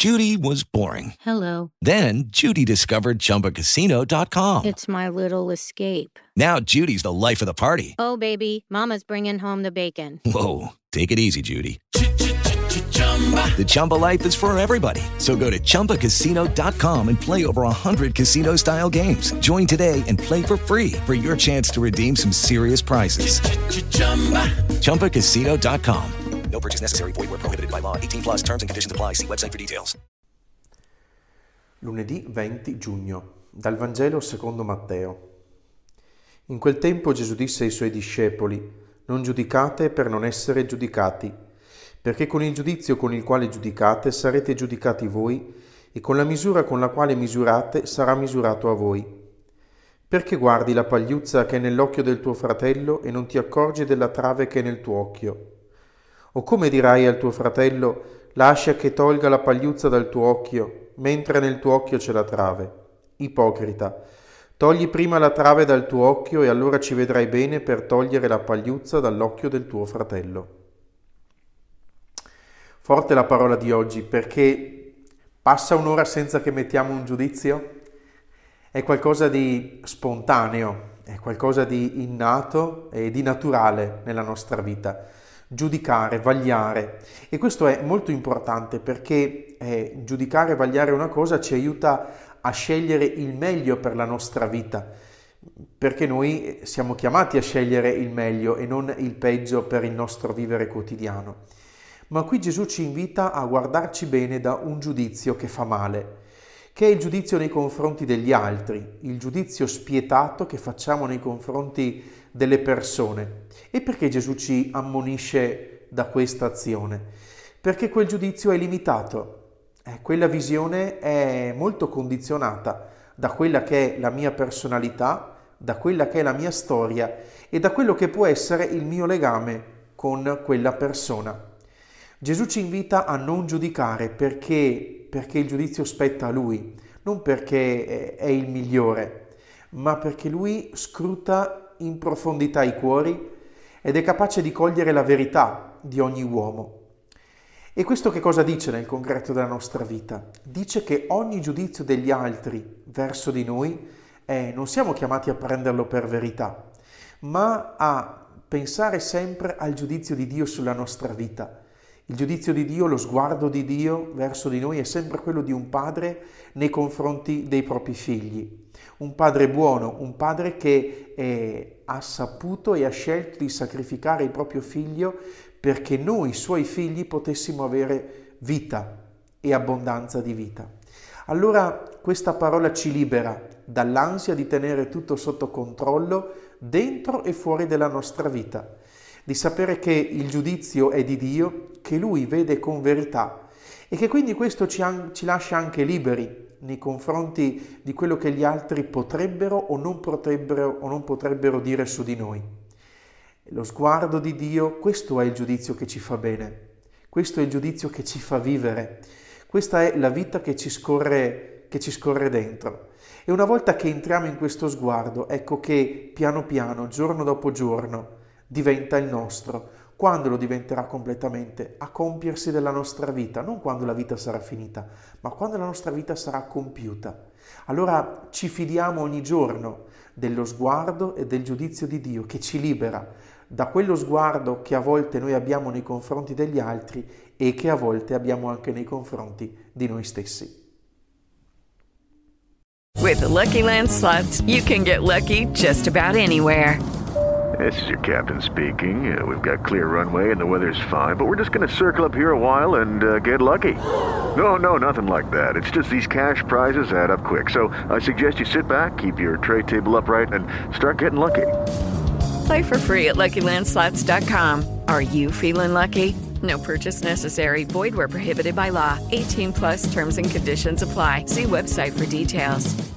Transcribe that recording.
Judy was boring. Hello. Then Judy discovered ChumbaCasino.com. It's my little escape. Now Judy's the life of the party. Oh, baby, mama's bringing home the bacon. Whoa, take it easy, Judy. The Chumba life is for everybody. So go to ChumbaCasino.com and play over 100 casino-style games. Join today and play for free for your chance to redeem some serious prizes. ChumbaCasino.com. No purchase necessary. Void where prohibited by law. 18 plus terms and conditions apply. See website for details. Lunedì 20 giugno. Dal Vangelo secondo Matteo. In quel tempo Gesù disse ai suoi discepoli: non giudicate per non essere giudicati, perché con il giudizio con il quale giudicate sarete giudicati voi, e con la misura con la quale misurate sarà misurato a voi. Perché guardi la pagliuzza che è nell'occhio del tuo fratello e non ti accorgi della trave che è nel tuo occhio? O come dirai al tuo fratello: lascia che tolga la pagliuzza dal tuo occhio, mentre nel tuo occhio c'è la trave? Ipocrita, togli prima la trave dal tuo occhio e allora ci vedrai bene per togliere la pagliuzza dall'occhio del tuo fratello. Forte la parola di oggi, perché passa un'ora senza che mettiamo un giudizio? È qualcosa di spontaneo, è qualcosa di innato e di naturale nella nostra vita. Giudicare, vagliare, e questo è molto importante perché giudicare e vagliare una cosa ci aiuta a scegliere il meglio per la nostra vita, perché noi siamo chiamati a scegliere il meglio e non il peggio per il nostro vivere quotidiano. Ma qui Gesù ci invita a guardarci bene da un giudizio che fa male, che è il giudizio nei confronti degli altri, il giudizio spietato che facciamo nei confronti delle persone. E perché Gesù ci ammonisce da questa azione? Perché quel giudizio è limitato, quella visione è molto condizionata da quella che è la mia personalità, da quella che è la mia storia e da quello che può essere il mio legame con quella persona. Gesù ci invita a non giudicare perché il giudizio spetta a Lui, non perché è il migliore, ma perché Lui scruta in profondità i cuori ed è capace di cogliere la verità di ogni uomo. E questo che cosa dice nel concreto della nostra vita? Dice che ogni giudizio degli altri verso di noi non siamo chiamati a prenderlo per verità, ma a pensare sempre al giudizio di Dio sulla nostra vita. Il giudizio di Dio, lo sguardo di Dio verso di noi è sempre quello di un padre nei confronti dei propri figli. Un padre buono, un padre che ha saputo e ha scelto di sacrificare il proprio figlio perché noi, suoi figli, potessimo avere vita e abbondanza di vita. Allora questa parola ci libera dall'ansia di tenere tutto sotto controllo dentro e fuori della nostra vita, di sapere che il giudizio è di Dio, che Lui vede con verità e che quindi questo ci lascia anche liberi nei confronti di quello che gli altri potrebbero o non potrebbero dire su di noi. Lo sguardo di Dio, questo è il giudizio che ci fa bene, questo è il giudizio che ci fa vivere, questa è la vita che ci scorre dentro. E una volta che entriamo in questo sguardo, ecco che piano piano, giorno dopo giorno, diventa il nostro. Quando lo diventerà completamente? A compiersi della nostra vita, non quando la vita sarà finita, ma quando la nostra vita sarà compiuta. Allora ci fidiamo ogni giorno dello sguardo e del giudizio di Dio che ci libera da quello sguardo che a volte noi abbiamo nei confronti degli altri e che a volte abbiamo anche nei confronti di noi stessi. With the Lucky Land Slots, you can get lucky just about anywhere. This is your captain speaking. We've got clear runway and the weather's fine, but we're just going to circle up here a while and get lucky. No, nothing like that. It's just these cash prizes add up quick. So I suggest you sit back, keep your tray table upright, and start getting lucky. Play for free at LuckyLandSlots.com. Are you feeling lucky? No purchase necessary. Void where prohibited by law. 18 plus terms and conditions apply. See website for details.